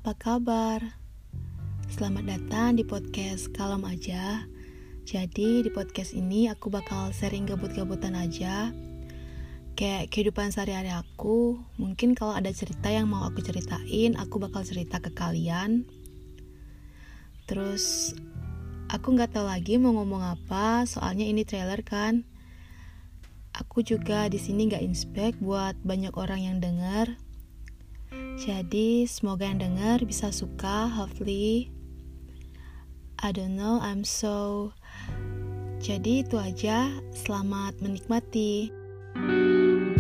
apa kabar? Selamat datang di podcast Kalem Aja. Jadi di podcast ini aku bakal sharing gabut-gabutan aja, kayak kehidupan sehari-hari aku. Mungkin kalau ada cerita yang mau aku ceritain, aku bakal cerita ke kalian. Terus aku gak tahu lagi mau ngomong apa, soalnya ini trailer kan. Aku juga di sini gak inspek buat banyak orang yang denger. Jadi semoga yang denger bisa suka, hopefully. I don't know, so jadi itu aja, selamat menikmati.